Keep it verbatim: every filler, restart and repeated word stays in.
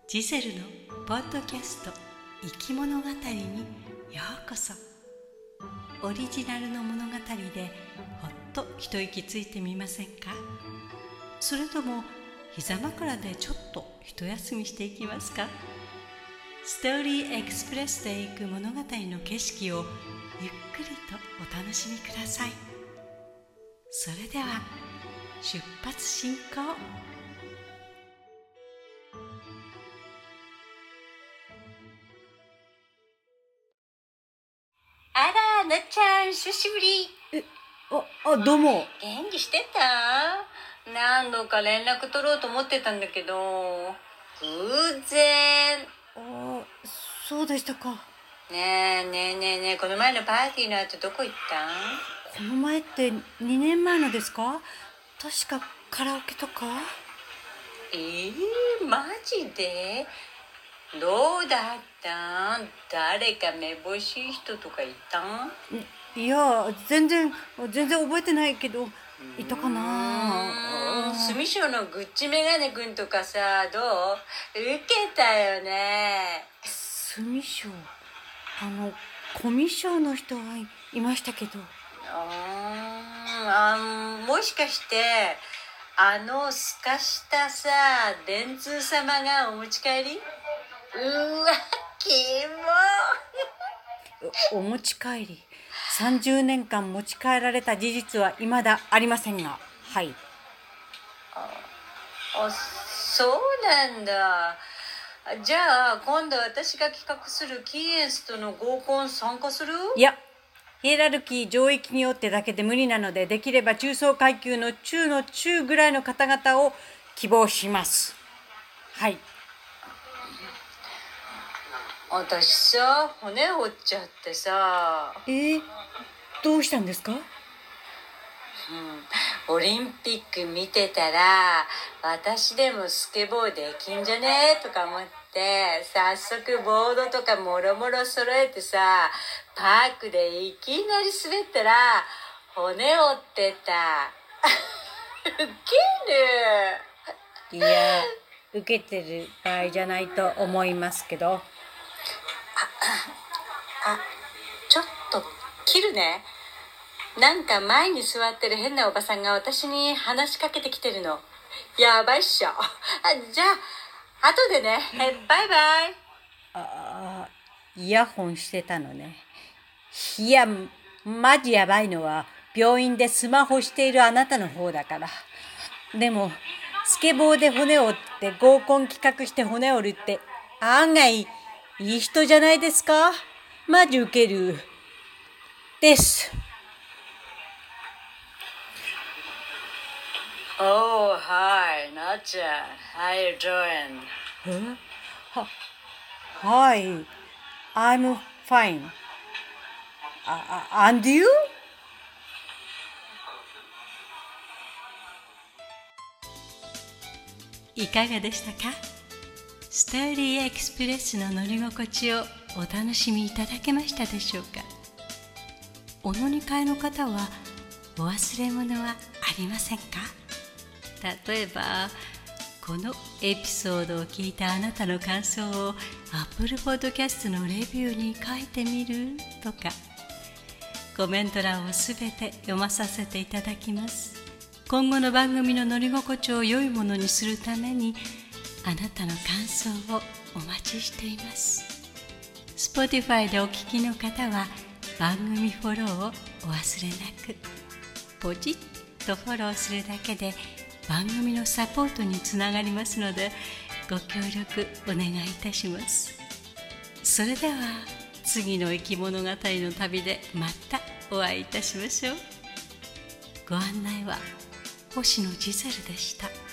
ジゼルのポッドキャスト生き物語にようこそ。オリジナルの物語でほっと一息ついてみませんか？それとも膝枕でちょっと一休みしていきますか？ストーリーエクスプレスで行く物語の景色をゆっくりとお楽しみください。それでは出発進行。 あら、なっちゃん、久しぶり。 え、あ、あ、どうも。 元気してた？何度か連絡取ろうと思ってたんだけど、偶然。 あ、そうでしたか。 ねえねえねえねえ、この前のパーティーの後どこ行った？ この前ってにねんまえのですか？確かカラオケとか。 えー、マジで？どうだったん？誰かめぼしい人とかいたん？ いや、全然全然覚えてないけど、いたかな。 住所のグッチメガネくんとかさ、どう？受けたよね。 住所、あのコミュ障の人はいましたけど。 ああ、もしかしてあのすかしたさ電通様がお持ち帰り？うわ、キモ。お持ち帰り、さんじゅうねんかん持ち帰られた事実は未だありませんが、はい。 ああ、そうなんだ。じゃあ今度私が企画するキーエンスとの合コン参加する？ いや、ヒエラルキー上域によってだけで無理なので、できれば中層階級の中の中ぐらいの方々を希望します。はい。 私さ、骨折っちゃってさ。 えー、どうしたんですか？ うん、オリンピック見てたら私でもスケボーできんじゃねとか思って、早速ボードとかもろもろ揃えてさ、パークでいきなり滑ったら骨折ってた。ウケる。 いや、受けてる場合じゃないと思いますけど。 あ、ちょっと切るね。なんか前に座ってる変なおばさんが私に話しかけてきてるの。やばいっしょ。あ、じゃあ後でね。バイバイ。 ああ、イヤホンしてたのね。いや、マジやばいのは病院でスマホしているあなたの方だから。でもスケボーで骨を折って合コン企画して骨を折るって案外いい人じゃないですか？マジウケるです。 Oh, hi, なっちゃん。How you doing? え？は、Hi, I'm fine. Uh, and you? いかがでしたか？ストーリーエクスプレスの乗り心地をお楽しみいただけましたでしょうか？お乗り換えの方はお忘れ物はありませんか？例えばこのエピソードを聞いたあなたの感想を Apple Podcast のレビューに書いてみるとか、コメント欄をすべて読まさせていただきます。今後の番組の乗り心地を良いものにするためにあなたの感想をお待ちしています。 Spotify でお聞きの方は番組フォローをお忘れなく。ポチッとフォローするだけで番組のサポートにつながりますので、ご協力お願いいたします。それでは次の生き物語の旅でまたお会いいたしましょう。ご案内は星野ジゼルでした。